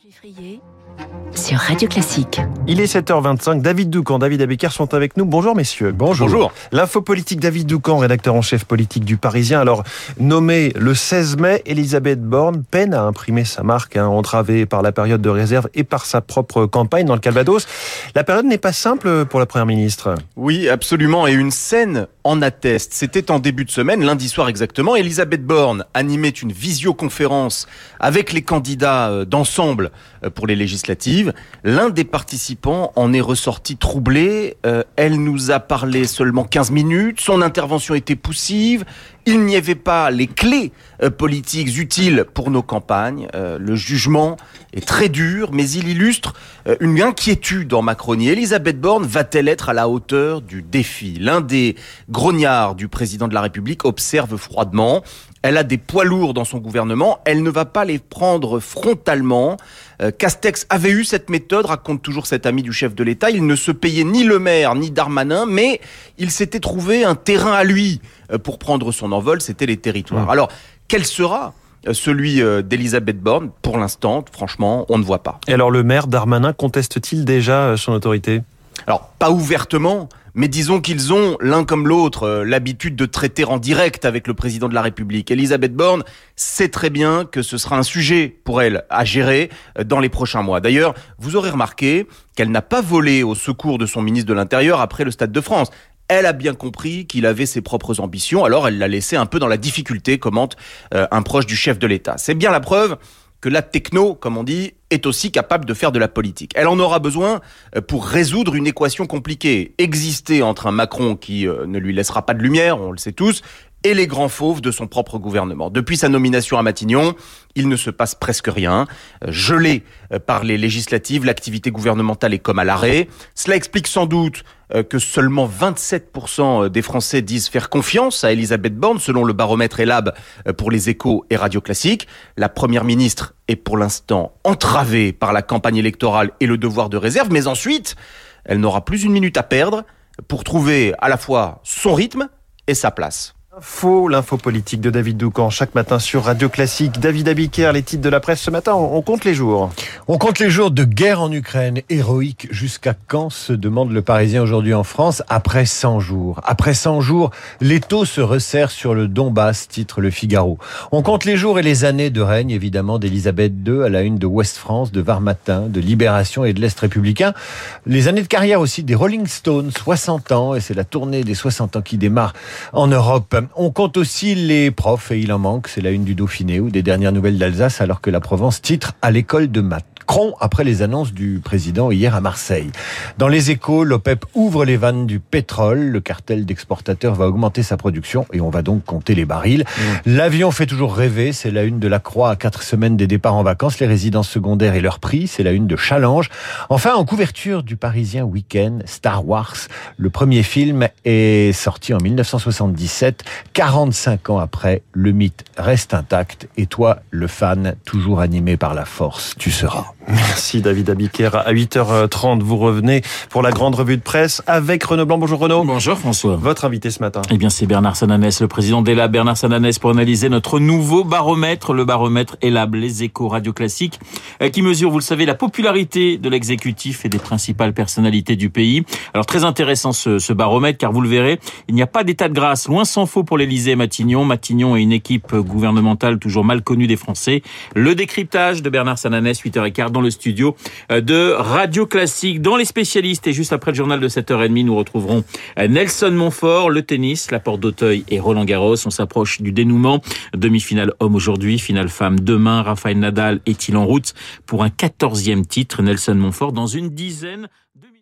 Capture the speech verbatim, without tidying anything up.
Février sur Radio Classique. Il est sept heures vingt-cinq, David Doucan, David Abiker sont avec nous. Bonjour messieurs. Bonjour. Bonjour. L'info politique, David Doucan, rédacteur en chef politique du Parisien. Alors, nommée le seize mai, Elisabeth Borne peine à imprimer sa marque, hein, entravée par la période de réserve et par sa propre campagne dans le Calvados. La période n'est pas simple pour la Première ministre. Oui, absolument, et une scène en atteste. C'était en début de semaine, lundi soir exactement. Elisabeth Borne animait une visioconférence avec les candidats d'ensemble pour les législatives. L'un des participants en est ressorti troublé. Euh, elle nous a parlé seulement quinze minutes. Son intervention était poussive. Il n'y avait pas les clés euh, politiques utiles pour nos campagnes. Euh, le jugement est très dur, mais il illustre euh, une inquiétude en Macronie. Elisabeth Borne va-t-elle être à la hauteur du défi ? L'un des grognards du président de la République observe froidement. Elle a des poids lourds dans son gouvernement, elle ne va pas les prendre frontalement. Euh, Castex avait eu cette méthode, raconte toujours cet ami du chef de l'État. Il ne se payait ni Le Maire ni Darmanin, mais il s'était trouvé un terrain à lui euh, pour prendre son envol, c'était les territoires. Mmh. Alors, quel sera euh, celui euh, d'Elisabeth Borne ? Pour l'instant, franchement, on ne voit pas. Et alors, le maire Darmanin conteste-t-il déjà euh, son autorité ? Alors, pas ouvertement, mais disons qu'ils ont, l'un comme l'autre, euh, l'habitude de traiter en direct avec le président de la République. Elisabeth Borne sait très bien que ce sera un sujet pour elle à gérer euh, dans les prochains mois. D'ailleurs, vous aurez remarqué qu'elle n'a pas volé au secours de son ministre de l'Intérieur après le Stade de France. Elle a bien compris qu'il avait ses propres ambitions, alors elle l'a laissé un peu dans la difficulté, commente euh, un proche du chef de l'État. C'est bien la preuve que la techno, comme on dit, est aussi capable de faire de la politique. Elle en aura besoin pour résoudre une équation compliquée. Exister entre un Macron qui euh, ne lui laissera pas de lumière, on le sait tous, et les grands fauves de son propre gouvernement. Depuis sa nomination à Matignon, il ne se passe presque rien. Gelé par les législatives, l'activité gouvernementale est comme à l'arrêt. Cela explique sans doute que seulement vingt-sept pour cent des Français disent faire confiance à Elisabeth Borne, selon le baromètre Elab pour les Échos et Radio Classique. La Première ministre est pour l'instant entravée par la campagne électorale et le devoir de réserve, mais ensuite, elle n'aura plus une minute à perdre pour trouver à la fois son rythme et sa place. Info, l'info politique de David Doucan, chaque matin sur Radio Classique. David Abiker, les titres de la presse ce matin, on compte les jours. On compte les jours de guerre en Ukraine, héroïque jusqu'à quand, se demande le Parisien aujourd'hui en France, après cent jours. Après cent jours, l'étau se resserre sur le Donbass, titre Le Figaro. On compte les jours et les années de règne, évidemment, d'Elisabeth deux à la une de Ouest France, de Var Matin, de Libération et de l'Est républicain. Les années de carrière aussi des Rolling Stones, soixante ans, et c'est la tournée des soixante ans qui démarre en Europe. On compte aussi les profs, et il en manque, c'est la une du Dauphiné ou des dernières nouvelles d'Alsace, alors que la Provence titre à l'école de maths. Macron après les annonces du président hier à Marseille. Dans les Échos, l'OPEP ouvre les vannes du pétrole. Le cartel d'exportateurs va augmenter sa production et on va donc compter les barils. Mmh. L'avion fait toujours rêver. C'est la une de La Croix à quatre semaines des départs en vacances. Les résidences secondaires et leur prix. C'est la une de Challenge. Enfin, en couverture du Parisien Week-end, Star Wars. Le premier film est sorti en dix-neuf cent soixante-dix-sept. quarante-cinq ans après, le mythe reste intact. Et toi, le fan, toujours animé par la force, tu seras. Merci David Abiker. À huit heures trente, vous revenez pour la grande revue de presse avec Renaud Blanc. Bonjour Renaud. Bonjour François. Votre invité ce matin. Eh bien c'est Bernard Sananès, le président d'Elab. Bernard Sananès pour analyser notre nouveau baromètre, le baromètre Elab, les Échos Radio Classique, qui mesure, vous le savez, la popularité de l'exécutif et des principales personnalités du pays. Alors très intéressant ce, ce baromètre, car vous le verrez, il n'y a pas d'état de grâce, loin s'en faut pour l'Élysée et Matignon. Matignon est une équipe gouvernementale toujours mal connue des Français. Le décryptage de Bernard Sananès, huit heures quinze dans le studio de Radio Classique. Dans les spécialistes, et juste après le journal de sept heures trente, nous retrouverons Nelson Montfort, le tennis, la Porte d'Auteuil et Roland Garros. On s'approche du dénouement. Demi-finale homme aujourd'hui, finale femme demain. Rafael Nadal est-il en route pour un quatorzième titre? Nelson Montfort dans une dizaine de